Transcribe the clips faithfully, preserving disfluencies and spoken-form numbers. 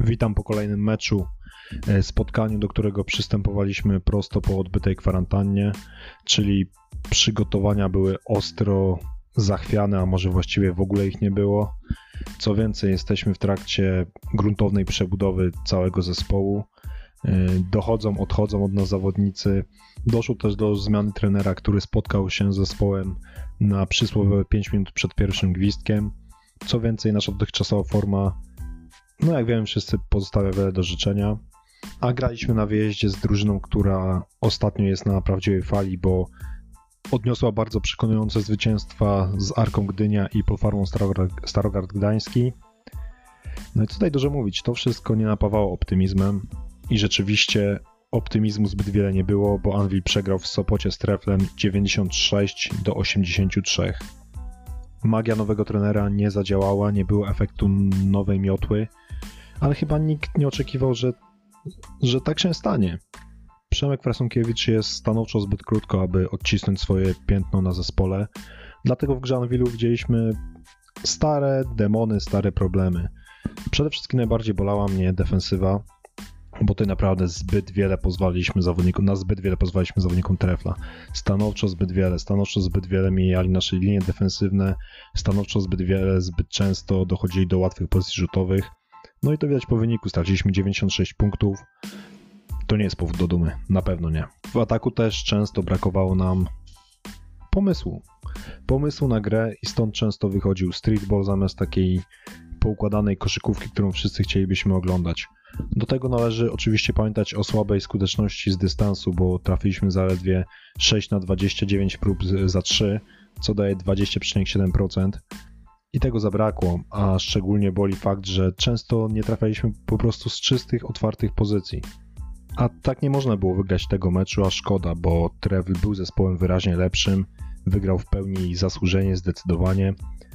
Witam po kolejnym meczu, spotkaniu, do którego przystępowaliśmy prosto po odbytej kwarantannie, czyli przygotowania były ostro zachwiane, a może właściwie w ogóle ich nie było. Co więcej, jesteśmy w trakcie gruntownej przebudowy całego zespołu. Dochodzą, odchodzą od nas zawodnicy. Doszło też do zmiany trenera, który spotkał się z zespołem na przysłowiowe pięć minut przed pierwszym gwizdkiem. Co więcej, nasza dotychczasowa forma, no jak wiemy, wszyscy pozostawia wiele do życzenia, a graliśmy na wyjeździe z drużyną, która ostatnio jest na prawdziwej fali, bo odniosła bardzo przekonujące zwycięstwa z Arką Gdynia i Polfarmą Starogard, Starogard Gdański. No i co tutaj dużo mówić, to wszystko nie napawało optymizmem i rzeczywiście optymizmu zbyt wiele nie było, bo Anwil przegrał w Sopocie z Treflem dziewięćdziesiąt sześć do osiemdziesięciu trzech. Magia nowego trenera nie zadziałała, nie było efektu nowej miotły, ale chyba nikt nie oczekiwał, że, że tak się stanie. Przemek Frasonkiewicz jest stanowczo zbyt krótko, aby odcisnąć swoje piętno na zespole, dlatego w grze Anwilu widzieliśmy stare demony, stare problemy. Przede wszystkim najbardziej bolała mnie defensywa, bo tutaj naprawdę zbyt wiele pozwaliliśmy zawodnikom, na zbyt wiele pozwaliliśmy zawodnikom Trefla. Stanowczo zbyt wiele, stanowczo zbyt wiele mijali nasze linie defensywne, stanowczo zbyt wiele, zbyt często dochodzili do łatwych pozycji rzutowych. No i to widać po wyniku, straciliśmy dziewięćdziesiąt sześć punktów. To nie jest powód do dumy, na pewno nie. W ataku też często brakowało nam pomysłu. Pomysłu na grę i stąd często wychodził streetball zamiast takiej poukładanej koszykówki, którą wszyscy chcielibyśmy oglądać. Do tego należy oczywiście pamiętać o słabej skuteczności z dystansu, bo trafiliśmy zaledwie sześć na dwadzieścia dziewięć prób za trzy, co daje dwadzieścia przecinek siedem procent. I tego zabrakło, a szczególnie boli fakt, że często nie trafialiśmy po prostu z czystych, otwartych pozycji. A tak nie można było wygrać tego meczu, a szkoda, bo Trefl był zespołem wyraźnie lepszym, wygrał w pełni zasłużenie, zdecydowanie.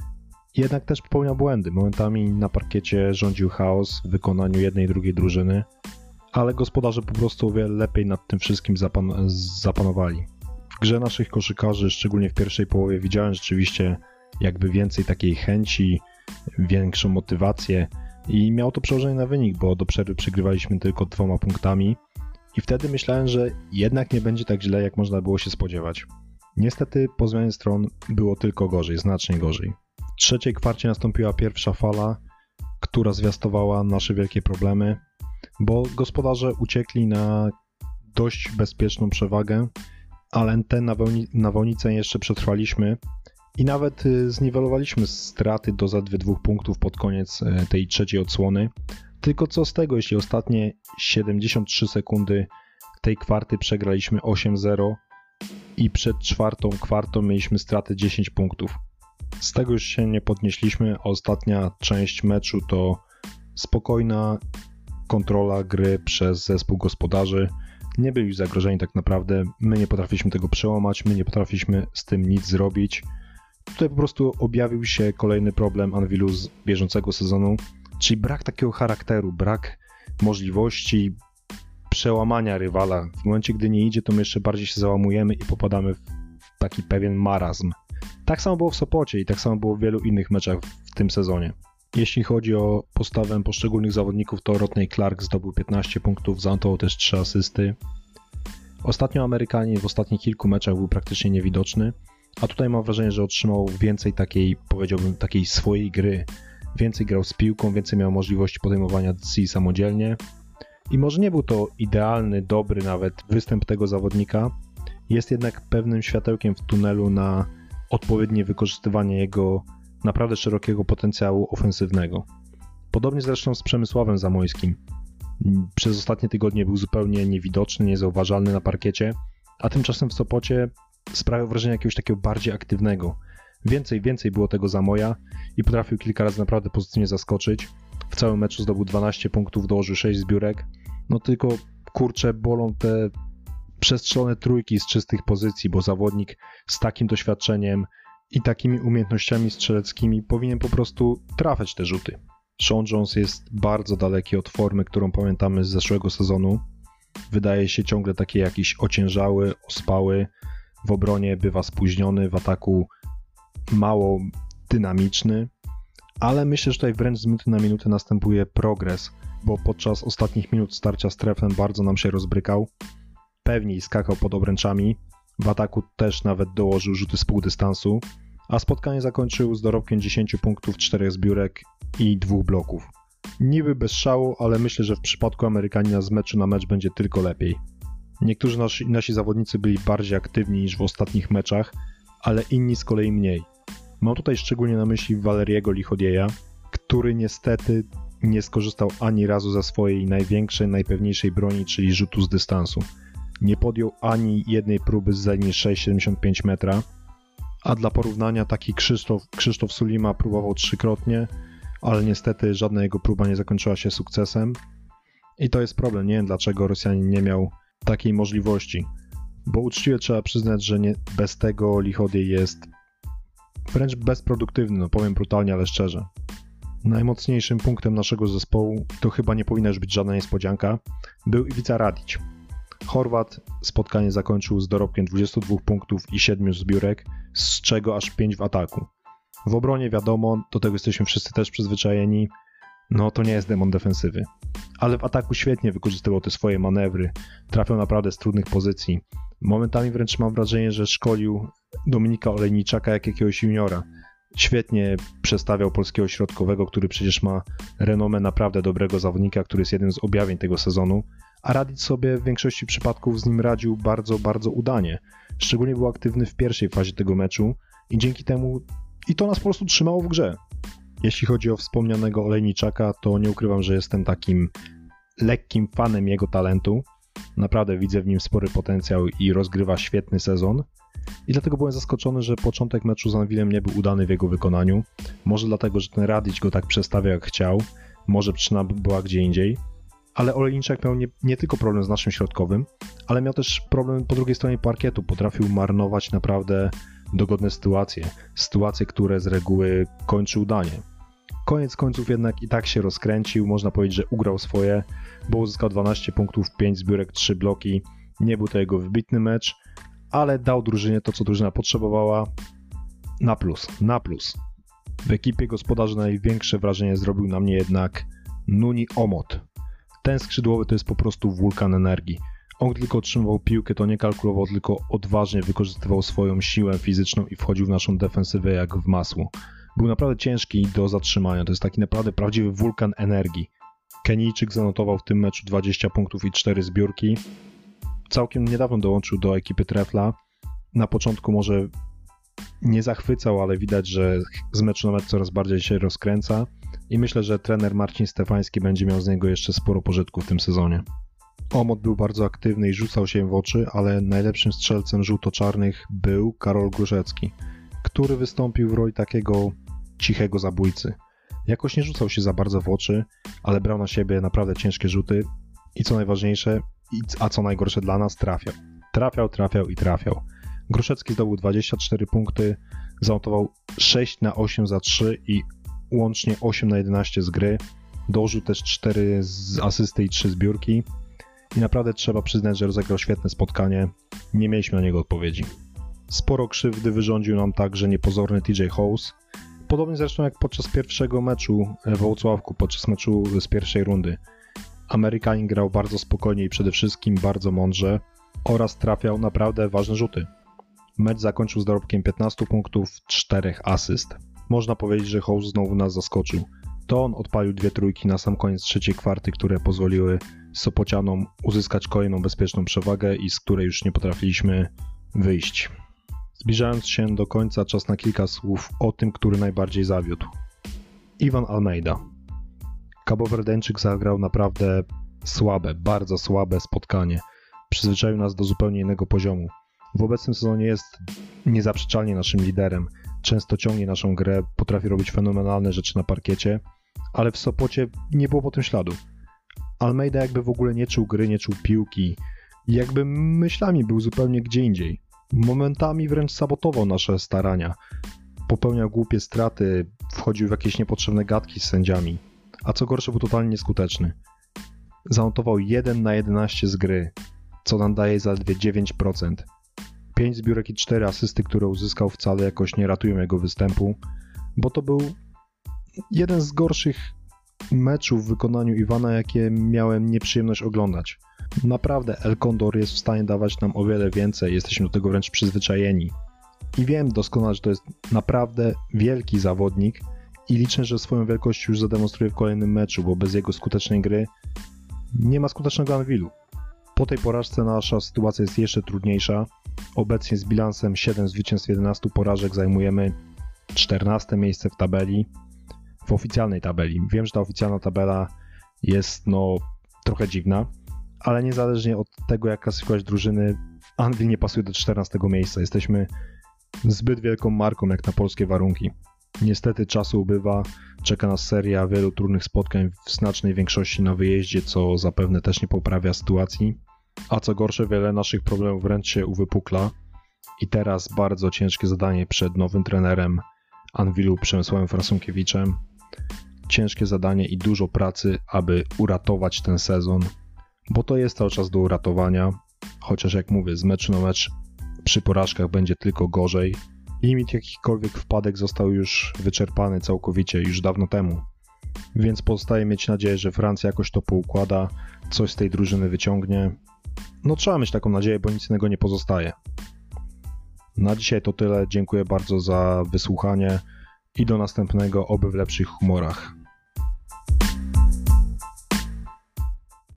Jednak też popełniał błędy. Momentami na parkiecie rządził chaos w wykonaniu jednej i drugiej drużyny, ale gospodarze po prostu o wiele lepiej nad tym wszystkim zapan- zapanowali. W grze naszych koszykarzy, szczególnie w pierwszej połowie, widziałem rzeczywiście jakby więcej takiej chęci, większą motywację i miało to przełożenie na wynik, bo do przerwy przegrywaliśmy tylko dwoma punktami i wtedy myślałem, że jednak nie będzie tak źle, jak można było się spodziewać. Niestety po zmianie stron było tylko gorzej, znacznie gorzej. W trzeciej kwarcie nastąpiła pierwsza fala, która zwiastowała nasze wielkie problemy, bo gospodarze uciekli na dość bezpieczną przewagę, ale tę nawałnicę jeszcze przetrwaliśmy i nawet zniwelowaliśmy straty do zaledwie dwóch punktów pod koniec tej trzeciej odsłony. Tylko co z tego, jeśli ostatnie siedemdziesiąt trzy sekundy tej kwarty przegraliśmy osiem zero i przed czwartą kwartą mieliśmy stratę dziesięć punktów. Z tego już się nie podnieśliśmy, a ostatnia część meczu to spokojna kontrola gry przez zespół gospodarzy. Nie byli zagrożeni tak naprawdę, my nie potrafiliśmy tego przełamać, my nie potrafiliśmy z tym nic zrobić. Tutaj po prostu objawił się kolejny problem Anwilu z bieżącego sezonu, czyli brak takiego charakteru, brak możliwości przełamania rywala. W momencie, gdy nie idzie, to my jeszcze bardziej się załamujemy i popadamy w taki pewien marazm. Tak samo było w Sopocie i tak samo było w wielu innych meczach w tym sezonie. Jeśli chodzi o postawę poszczególnych zawodników, to Rodney Clark zdobył piętnaście punktów, zanotował też trzy asysty. Ostatnio Amerykanin w ostatnich kilku meczach był praktycznie niewidoczny, a tutaj mam wrażenie, że otrzymał więcej takiej, powiedziałbym, takiej swojej gry. Więcej grał z piłką, więcej miał możliwości podejmowania decyzji samodzielnie. I może nie był to idealny, dobry nawet występ tego zawodnika, jest jednak pewnym światełkiem w tunelu na odpowiednie wykorzystywanie jego naprawdę szerokiego potencjału ofensywnego. Podobnie zresztą z Przemysławem Zamojskim. Przez ostatnie tygodnie był zupełnie niewidoczny, niezauważalny na parkiecie, a tymczasem w Sopocie sprawiał wrażenie jakiegoś takiego bardziej aktywnego. Więcej, więcej było tego Zamoja i potrafił kilka razy naprawdę pozytywnie zaskoczyć. W całym meczu zdobył dwanaście punktów, dołożył sześć zbiórek. No tylko, kurczę, bolą te przestrzelone trójki z czystych pozycji, bo zawodnik z takim doświadczeniem i takimi umiejętnościami strzeleckimi powinien po prostu trafiać te rzuty. Sean Jones jest bardzo daleki od formy, którą pamiętamy z zeszłego sezonu. Wydaje się ciągle taki jakiś ociężały, ospały. W obronie bywa spóźniony, w ataku mało dynamiczny, ale myślę, że tutaj wręcz z minuty na minutę następuje progres bo podczas ostatnich minut starcia z Treflem bardzo nam się rozbrykał. Pewniej skakał pod obręczami, w ataku też nawet dołożył rzuty z pół dystansu, a spotkanie zakończył z dorobkiem dziesięć punktów, czterech zbiórek i dwóch bloków. Niby bez szału, ale myślę, że w przypadku Amerykanina z meczu na mecz będzie tylko lepiej. Niektórzy nasi, nasi zawodnicy byli bardziej aktywni niż w ostatnich meczach, ale inni z kolei mniej. Mam tutaj szczególnie na myśli Valeriego Lichodieja, który niestety nie skorzystał ani razu ze swojej największej, najpewniejszej broni, czyli rzutu z dystansu. Nie podjął ani jednej próby z za linii sześć przecinek siedemdziesiąt pięć metra, a dla porównania taki Krzysztof, Krzysztof Sulima próbował trzykrotnie, ale niestety żadna jego próba nie zakończyła się sukcesem. I to jest problem, nie wiem dlaczego Rosjanin nie miał takiej możliwości, bo uczciwie trzeba przyznać, że nie, bez tego Lichodiej jest wręcz bezproduktywny, no powiem brutalnie, ale szczerze. Najmocniejszym punktem naszego zespołu, to chyba nie powinna już być żadna niespodzianka, był Ivica Radić. Chorwat spotkanie zakończył z dorobkiem dwudziestu dwóch punktów i siedmiu zbiórek, z czego aż pięć w ataku. W obronie wiadomo, do tego jesteśmy wszyscy też przyzwyczajeni, no to nie jest demon defensywy. Ale w ataku świetnie wykorzystywał te swoje manewry, trafiał naprawdę z trudnych pozycji. Momentami wręcz mam wrażenie, że szkolił Dominika Olejniczaka jak jakiegoś juniora. Świetnie przestawiał polskiego środkowego, który przecież ma renomę naprawdę dobrego zawodnika, który jest jednym z objawień tego sezonu, a Radić sobie w większości przypadków z nim radził bardzo, bardzo udanie. Szczególnie był aktywny w pierwszej fazie tego meczu i dzięki temu i to nas po prostu trzymało w grze. Jeśli chodzi o wspomnianego Olejniczaka, to nie ukrywam, że jestem takim lekkim fanem jego talentu. Naprawdę widzę w nim spory potencjał i rozgrywa świetny sezon. I dlatego byłem zaskoczony, że początek meczu z Anwilem nie był udany w jego wykonaniu. Może dlatego, że ten Radić go tak przestawiał jak chciał, może przyczyna była gdzie indziej. Ale Olejniczak miał nie, nie tylko problem z naszym środkowym, ale miał też problem po drugiej stronie parkietu. Potrafił marnować naprawdę dogodne sytuacje. Sytuacje, które z reguły kończy udanie. Koniec końców jednak i tak się rozkręcił, można powiedzieć, że ugrał swoje, bo uzyskał dwanaście punktów, pięć zbiórek, trzy bloki. Nie był to jego wybitny mecz, ale dał drużynie to, co drużyna potrzebowała, na plus, na plus. W ekipie gospodarzy największe wrażenie zrobił na mnie jednak Nuni Omot. Ten skrzydłowy to jest po prostu wulkan energii. On gdy tylko otrzymywał piłkę, to nie kalkulował, tylko odważnie wykorzystywał swoją siłę fizyczną i wchodził w naszą defensywę jak w masło. Był naprawdę ciężki do zatrzymania, to jest taki naprawdę prawdziwy wulkan energii. Kenijczyk zanotował w tym meczu dwadzieścia punktów i cztery zbiórki. Całkiem niedawno dołączył do ekipy Trefla. Na początku może nie zachwycał, ale widać, że z meczu na mecz coraz bardziej się rozkręca i myślę, że trener Marcin Stefański będzie miał z niego jeszcze sporo pożytku w tym sezonie. Omot był bardzo aktywny i rzucał się w oczy, ale najlepszym strzelcem żółto-czarnych był Karol Gruszecki, który wystąpił w roli takiego cichego zabójcy. Jakoś nie rzucał się za bardzo w oczy, ale brał na siebie naprawdę ciężkie rzuty i co najważniejsze, a co najgorsze dla nas, trafiał. Trafiał, trafiał i trafiał. Gruszecki zdobył dwadzieścia cztery punkty, zanotował sześć na osiem za trzy i łącznie osiem na jedenaście z gry. Dołożył też cztery z asysty i trzy zbiórki. I naprawdę trzeba przyznać, że rozegrał świetne spotkanie. Nie mieliśmy na niego odpowiedzi. Sporo krzywdy wyrządził nam także niepozorny T J House. Podobnie zresztą jak podczas pierwszego meczu w Wołocławku, podczas meczu z pierwszej rundy. Amerykanin grał bardzo spokojnie i przede wszystkim bardzo mądrze oraz trafiał naprawdę ważne rzuty. Mecz zakończył z dorobkiem piętnastu punktów, czterech asyst. Można powiedzieć, że House znowu nas zaskoczył. To on odpalił dwie trójki na sam koniec trzeciej kwarty, które pozwoliły Sopocianom uzyskać kolejną bezpieczną przewagę i z której już nie potrafiliśmy wyjść. Zbliżając się do końca, czas na kilka słów o tym, który najbardziej zawiódł. Iwan Almeida. Kabowerdeńczyk zagrał naprawdę słabe, bardzo słabe spotkanie. Przyzwyczaił nas do zupełnie innego poziomu. W obecnym sezonie jest niezaprzeczalnie naszym liderem. Często ciągnie naszą grę, potrafi robić fenomenalne rzeczy na parkiecie, ale w Sopocie nie było po tym śladu. Almeida jakby w ogóle nie czuł gry, nie czuł piłki, jakby myślami był zupełnie gdzie indziej. Momentami wręcz sabotował nasze starania. Popełniał głupie straty, wchodził w jakieś niepotrzebne gadki z sędziami, a co gorsze był totalnie nieskuteczny. Zanotował jeden na jedenaście z gry, co nam daje zaledwie dziewięć procent. pięć zbiórek i cztery asysty, które uzyskał, wcale jakoś nie ratują jego występu, bo to był jeden z gorszych meczu w wykonaniu Iwana, jakie miałem nieprzyjemność oglądać. Naprawdę El Condor jest w stanie dawać nam o wiele więcej, jesteśmy do tego wręcz przyzwyczajeni. I wiem doskonale, że to jest naprawdę wielki zawodnik i liczę, że swoją wielkość już zademonstruje w kolejnym meczu, bo bez jego skutecznej gry nie ma skutecznego Anvilu. Po tej porażce nasza sytuacja jest jeszcze trudniejsza. Obecnie z bilansem siedem zwycięstw, jedenaście porażek zajmujemy czternaste miejsce w tabeli, w oficjalnej tabeli. Wiem, że ta oficjalna tabela jest no trochę dziwna, ale niezależnie od tego, jak klasyfikować drużyny, Anvil nie pasuje do czternastego miejsca. Jesteśmy zbyt wielką marką jak na polskie warunki. Niestety czasu ubywa, czeka nas seria wielu trudnych spotkań, w znacznej większości na wyjeździe, co zapewne też nie poprawia sytuacji. A co gorsze, wiele naszych problemów wręcz się uwypukla i teraz bardzo ciężkie zadanie przed nowym trenerem Anvilu Przemysławem Frasunkiewicz. Ciężkie zadanie i dużo pracy, aby uratować ten sezon, bo to jest cały czas do uratowania, chociaż jak mówię, z meczu na mecz przy porażkach będzie tylko gorzej. Limit jakichkolwiek wpadek został już wyczerpany całkowicie już dawno temu, więc pozostaje mieć nadzieję, że Francja jakoś to poukłada, coś z tej drużyny wyciągnie. No trzeba mieć taką nadzieję, bo nic innego nie pozostaje. Na dzisiaj to tyle, dziękuję bardzo za wysłuchanie i do następnego, oby w lepszych humorach.